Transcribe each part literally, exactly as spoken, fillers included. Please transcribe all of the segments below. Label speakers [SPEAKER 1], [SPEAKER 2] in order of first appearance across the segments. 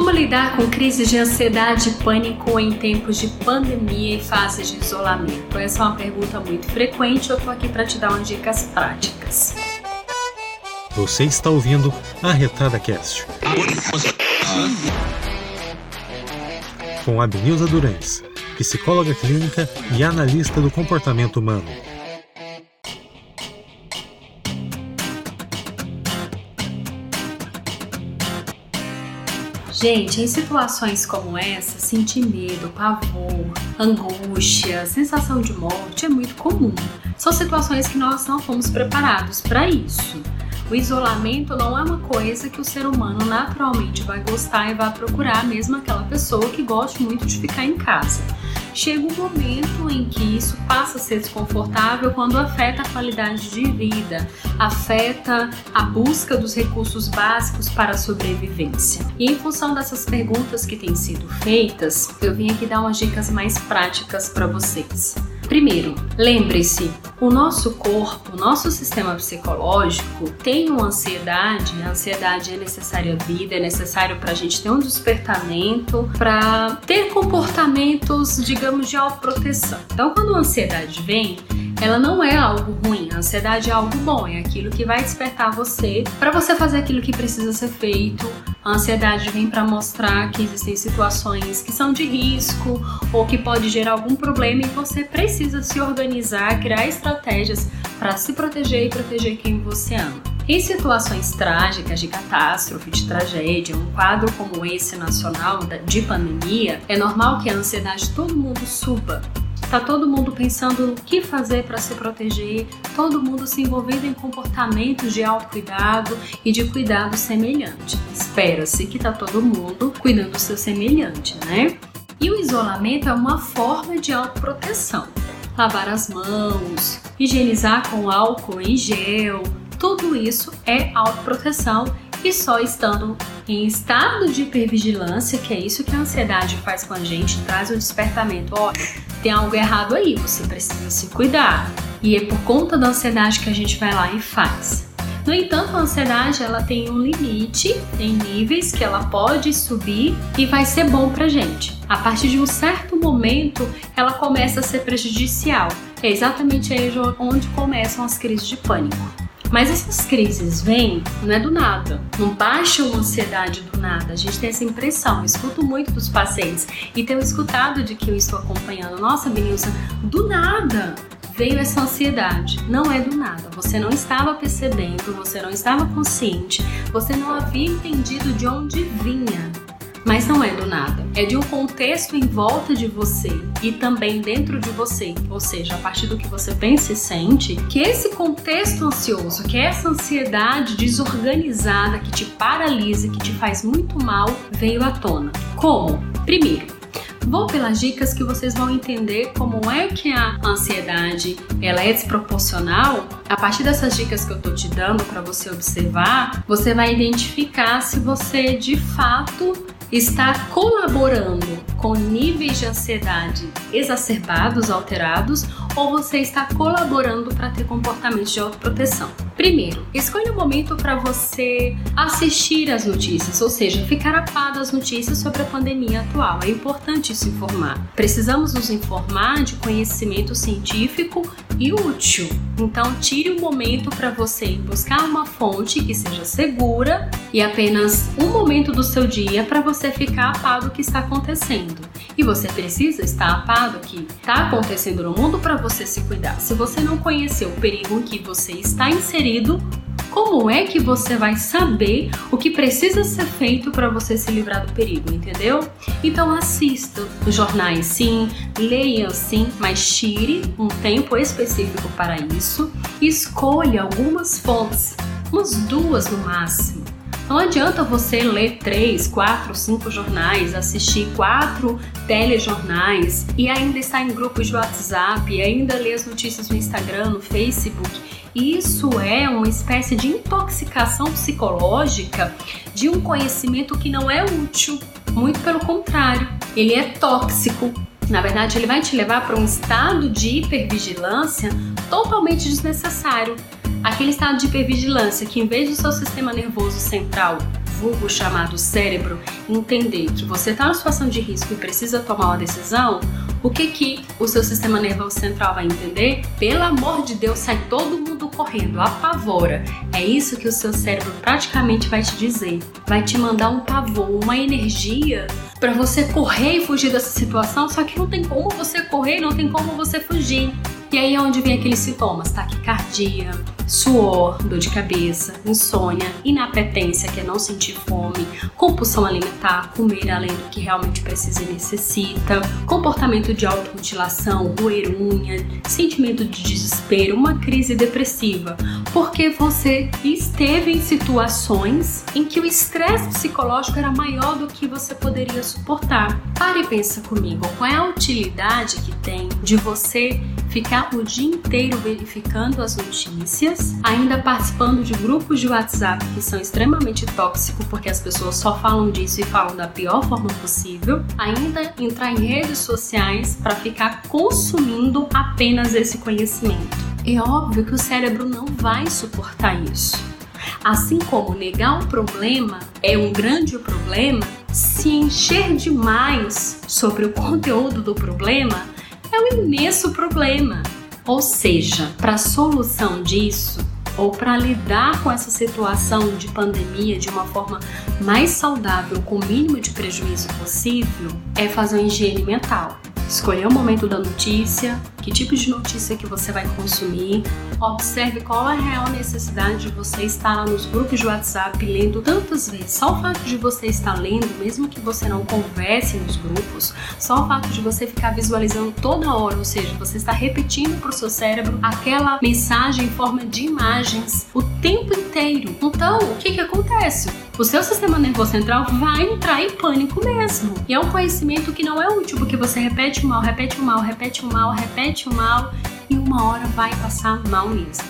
[SPEAKER 1] Como lidar com crises de ansiedade e pânico em tempos de pandemia e fases de isolamento? Essa é uma pergunta muito frequente, eu tô aqui para te dar umas dicas práticas.
[SPEAKER 2] Você está ouvindo a Retada Cast com a Benilza Durães, psicóloga clínica e analista do comportamento humano.
[SPEAKER 1] Gente, em situações como essa, sentir medo, pavor, angústia, sensação de morte é muito comum. São situações que nós não fomos preparados para isso. O isolamento não é uma coisa que o ser humano naturalmente vai gostar e vai procurar, mesmo aquela pessoa que gosta muito de ficar em casa. Chega um momento em que isso passa a ser desconfortável quando afeta a qualidade de vida, afeta a busca dos recursos básicos para a sobrevivência. E em função dessas perguntas que têm sido feitas, eu vim aqui dar umas dicas mais práticas para vocês. Primeiro, lembre-se, o nosso corpo, o nosso sistema psicológico tem uma ansiedade, a ansiedade é necessária à vida, é necessário para a gente ter um despertamento, para ter comportamentos, digamos, de autoproteção. Então, quando a ansiedade vem, ela não é algo ruim, a ansiedade é algo bom, é aquilo que vai despertar você para você fazer aquilo que precisa ser feito. A ansiedade vem para mostrar que existem situações que são de risco ou que pode gerar algum problema e você precisa se organizar, criar estratégias para se proteger e proteger quem você ama. Em situações trágicas, de catástrofe, de tragédia, um quadro como esse nacional de pandemia, é normal que a ansiedade de todo mundo suba. Tá todo mundo pensando no que fazer para se proteger, todo mundo se envolvendo em comportamentos de autocuidado e de cuidado semelhante. Espera-se que tá todo mundo cuidando do seu semelhante, né? E o isolamento é uma forma de autoproteção. Lavar as mãos, higienizar com álcool em gel, tudo isso é autoproteção. E só estando em estado de hipervigilância, que é isso que a ansiedade faz com a gente, traz o despertamento. Olha, tem algo errado aí, você precisa se cuidar. E é por conta da ansiedade que a gente vai lá e faz. No entanto, a ansiedade ela tem um limite, tem níveis que ela pode subir e vai ser bom pra gente. A partir de um certo momento, ela começa a ser prejudicial. É exatamente aí onde começam as crises de pânico. Mas essas crises vêm, não é do nada, não baixa uma ansiedade do nada, a gente tem essa impressão, eu escuto muito dos pacientes e tenho escutado de que eu estou acompanhando, nossa Benilza, do nada veio essa ansiedade, não é do nada, você não estava percebendo, você não estava consciente, você não havia entendido de onde vinha. Mas não é do nada, é de um contexto em volta de você e também dentro de você, ou seja, a partir do que você pensa e sente, que esse contexto ansioso, que essa ansiedade desorganizada que te paralisa, que te faz muito mal, veio à tona. Como? Primeiro, vou pelas dicas que vocês vão entender como é que a ansiedade ela é desproporcional. A partir dessas dicas que eu tô te dando para você observar, você vai identificar se você de fato está colaborando com níveis de ansiedade exacerbados, alterados, ou você está colaborando para ter comportamentos de autoproteção. Primeiro, escolha um momento para você assistir às notícias, ou seja, ficar a par das notícias sobre a pandemia atual. É importante se informar. Precisamos nos informar de conhecimento científico e útil. Então, tire um momento para você buscar uma fonte que seja segura e apenas um momento do seu dia para você ficar a par do que está acontecendo. E você precisa estar a par do que está acontecendo no mundo para você se cuidar. Se você não conhecer o perigo em que você está inserido, como é que você vai saber o que precisa ser feito para você se livrar do perigo, entendeu? Então assista os jornais sim, leia sim, mas tire um tempo específico para isso e escolha algumas fontes, umas duas no máximo. Não adianta você ler três, quatro, cinco jornais, assistir quatro telejornais e ainda estar em grupos de WhatsApp e ainda ler as notícias no Instagram, no Facebook. Isso é uma espécie de intoxicação psicológica de um conhecimento que não é útil. Muito pelo contrário, ele é tóxico. Na verdade, ele vai te levar para um estado de hipervigilância totalmente desnecessário. Aquele estado de hipervigilância que, em vez do seu sistema nervoso central vulgo chamado cérebro, entender que você está numa situação de risco e precisa tomar uma decisão, o que que o seu sistema nervoso central vai entender? Pelo amor de Deus, sai todo mundo correndo, apavora. É isso que o seu cérebro praticamente vai te dizer. Vai te mandar um pavor, uma energia para você correr e fugir dessa situação, só que não tem como você correr, não tem como você fugir. E aí é onde vem aqueles sintomas, taquicardia, suor, dor de cabeça, insônia, inapetência, que é não sentir fome, compulsão alimentar, comer além do que realmente precisa e necessita, comportamento de automutilação, roer unha, sentimento de desespero, uma crise depressiva, porque você esteve em situações em que o estresse psicológico era maior do que você poderia suportar. Pare e pensa comigo, qual é a utilidade que tem de você ficar o dia inteiro verificando as notícias, ainda participando de grupos de WhatsApp que são extremamente tóxicos porque as pessoas só falam disso e falam da pior forma possível, ainda entrar em redes sociais para ficar consumindo apenas esse conhecimento. É óbvio que o cérebro não vai suportar isso. Assim como negar um problema é um grande problema, se encher demais sobre o conteúdo do problema é um imenso problema. Ou seja, para a solução disso, ou para lidar com essa situação de pandemia de uma forma mais saudável, com o mínimo de prejuízo possível, é fazer uma higiene mental. Escolher o momento da notícia, que tipo de notícia que você vai consumir, observe qual é a real necessidade de você estar lá nos grupos de WhatsApp lendo tantas vezes. Só o fato de você estar lendo, mesmo que você não converse nos grupos, só o fato de você ficar visualizando toda hora, ou seja, você está repetindo para o seu cérebro aquela mensagem em forma de imagens o tempo inteiro. Então, o que que acontece? O seu sistema nervoso central vai entrar em pânico mesmo. E é um conhecimento que não é útil, porque você repete o mal, repete o mal, repete o mal, repete o mal, e uma hora vai passar mal mesmo.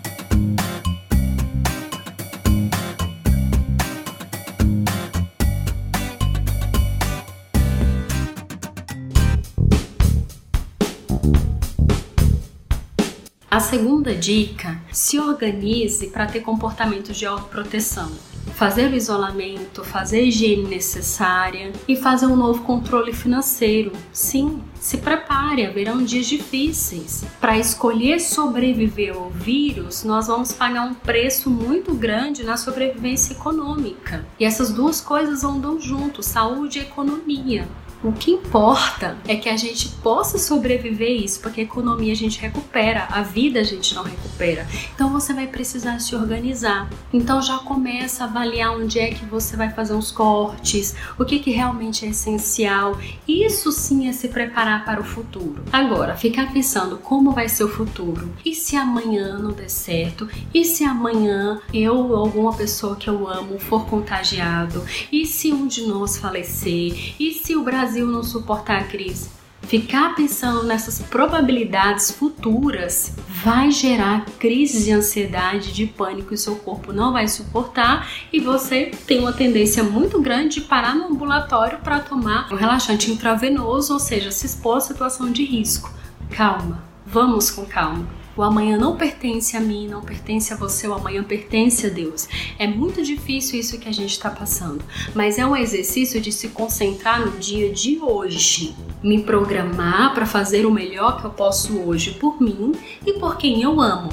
[SPEAKER 1] A segunda dica, se organize para ter comportamentos de autoproteção. Fazer o isolamento, fazer a higiene necessária e fazer um novo controle financeiro. Sim, se prepare, haverão dias difíceis. Para escolher sobreviver ao vírus, nós vamos pagar um preço muito grande na sobrevivência econômica. E essas duas coisas andam juntos, saúde e economia. O que importa é que a gente possa sobreviver isso, porque a economia a gente recupera, a vida a gente não recupera. Então você vai precisar se organizar. Então já começa a avaliar onde é que você vai fazer uns cortes, o que, que realmente é essencial. Isso sim é se preparar para o futuro. Agora, ficar pensando como vai ser o futuro. E se amanhã não der certo? E se amanhã eu ou alguma pessoa que eu amo for contagiado? E se um de nós falecer? E se o Brasil não suportar a crise? Ficar pensando nessas probabilidades futuras vai gerar crises de ansiedade, de pânico, e seu corpo não vai suportar e você tem uma tendência muito grande de parar no ambulatório para tomar um relaxante intravenoso, ou seja, se expor à situação de risco. Calma, vamos com calma. O amanhã não pertence a mim, não pertence a você, o amanhã pertence a Deus. É muito difícil isso que a gente está passando, mas é um exercício de se concentrar no dia de hoje. Me programar para fazer o melhor que eu posso hoje por mim e por quem eu amo.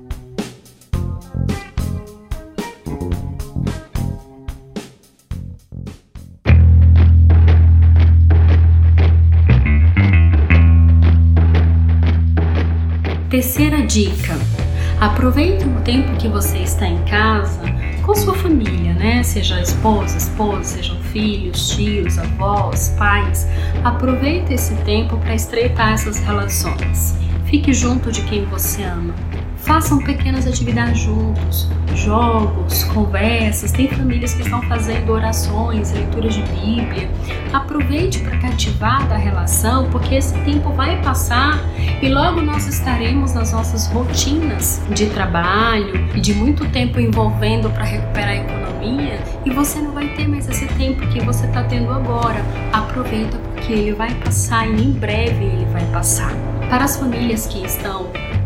[SPEAKER 1] Terceira dica, aproveite o tempo que você está em casa com sua família, né? Seja esposa, esposa, sejam filhos, tios, avós, pais. Aproveite esse tempo para estreitar essas relações. Fique junto de quem você ama. Façam pequenas atividades juntos, jogos, conversas. Tem famílias que estão fazendo orações, leituras de Bíblia. Aproveite para cativar da relação, porque esse tempo vai passar e logo nós estaremos nas nossas rotinas de trabalho e de muito tempo envolvendo para recuperar a economia, e você não vai ter mais esse tempo que você está tendo agora. Aproveita, porque ele vai passar e em breve ele vai passar. Para as famílias que estão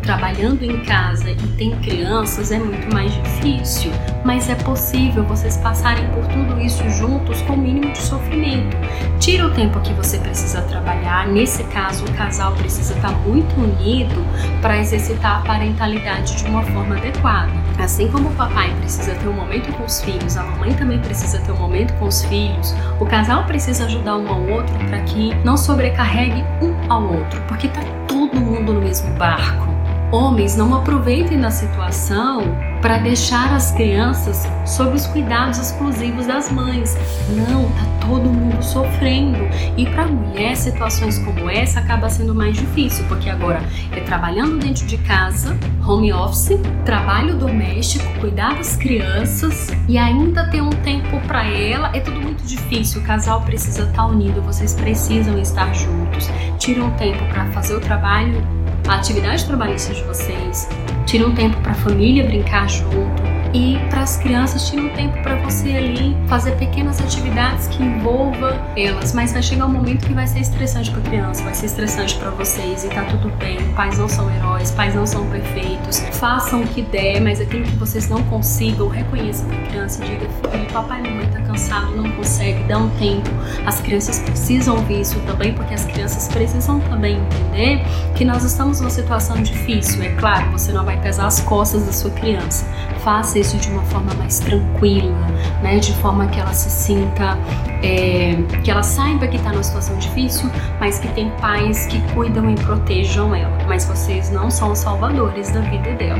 [SPEAKER 1] trabalhando em casa e tem crianças é muito mais difícil, mas é possível vocês passarem por tudo isso juntos com o mínimo de sofrimento. Tira o tempo que você precisa trabalhar, nesse caso o casal precisa estar muito unido para exercitar a parentalidade de uma forma adequada. Assim como o papai precisa ter um momento com os filhos, a mamãe também precisa ter um momento com os filhos, o casal precisa ajudar um ao outro para que não sobrecarregue um ao outro, porque tá todo mundo no mesmo barco. Homens, não aproveitem da situação para deixar as crianças sob os cuidados exclusivos das mães. Não, tá todo mundo sofrendo. E para a mulher, situações como essa acaba sendo mais difícil, porque agora é trabalhando dentro de casa, home office, trabalho doméstico, cuidar das crianças e ainda ter um tempo para ela. É tudo muito difícil. O casal precisa estar unido, vocês precisam estar juntos. Tira um tempo para fazer o trabalho, a atividade trabalhista de vocês, tira um tempo para a família brincar junto e para as crianças tira um tempo para você ali fazer pequenas atividades que envolvam elas, mas vai chegar um momento que vai ser estressante para a criança, vai ser estressante para vocês e tá tudo bem, pais não são heróis, pais não são perfeitos, façam o que der, mas aquilo que vocês não consigam, reconheça para a criança e diga: filho, papai e mamãe tá cansado, não consegue, dá um tempo. As crianças precisam ouvir isso também, porque as crianças precisam também entender que nós estamos numa situação difícil. É claro, você não vai pesar as costas da sua criança, faça isso de uma forma mais tranquila, né? De forma que ela se sinta, é, que ela saiba que está numa situação difícil, mas que tem pais que cuidam e protejam ela, mas vocês não são os salvadores da vida dela.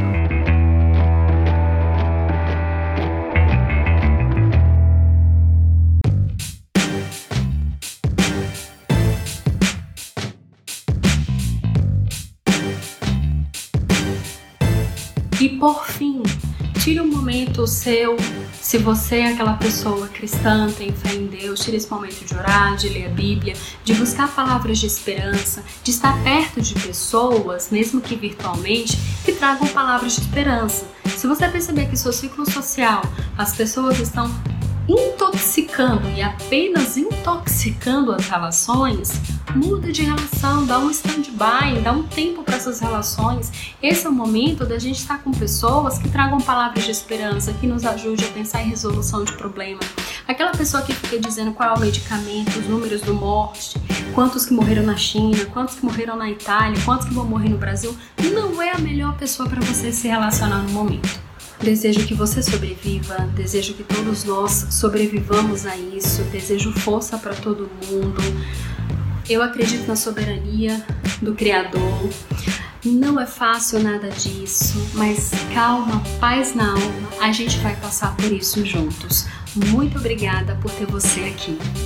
[SPEAKER 1] E por fim, tire um momento seu, se você é aquela pessoa cristã, tem fé em Deus, tire esse momento de orar, de ler a Bíblia, de buscar palavras de esperança, de estar perto de pessoas, mesmo que virtualmente, que tragam palavras de esperança. Se você perceber que seu ciclo social, as pessoas estão intoxicando e apenas intoxicando as relações, muda de relação, dá um stand-by, dá um tempo para essas relações. Esse é o momento da gente estar com pessoas que tragam palavras de esperança, que nos ajude a pensar em resolução de problema. Aquela pessoa que fica dizendo qual é o medicamento, os números do morte, quantos que morreram na China, quantos que morreram na Itália, quantos que vão morrer no Brasil, não é a melhor pessoa para você se relacionar no momento. Desejo que você sobreviva, desejo que todos nós sobrevivamos a isso, desejo força para todo mundo. Eu acredito na soberania do Criador. Não é fácil nada disso, mas calma, paz na alma, a gente vai passar por isso juntos. Muito obrigada por ter você aqui.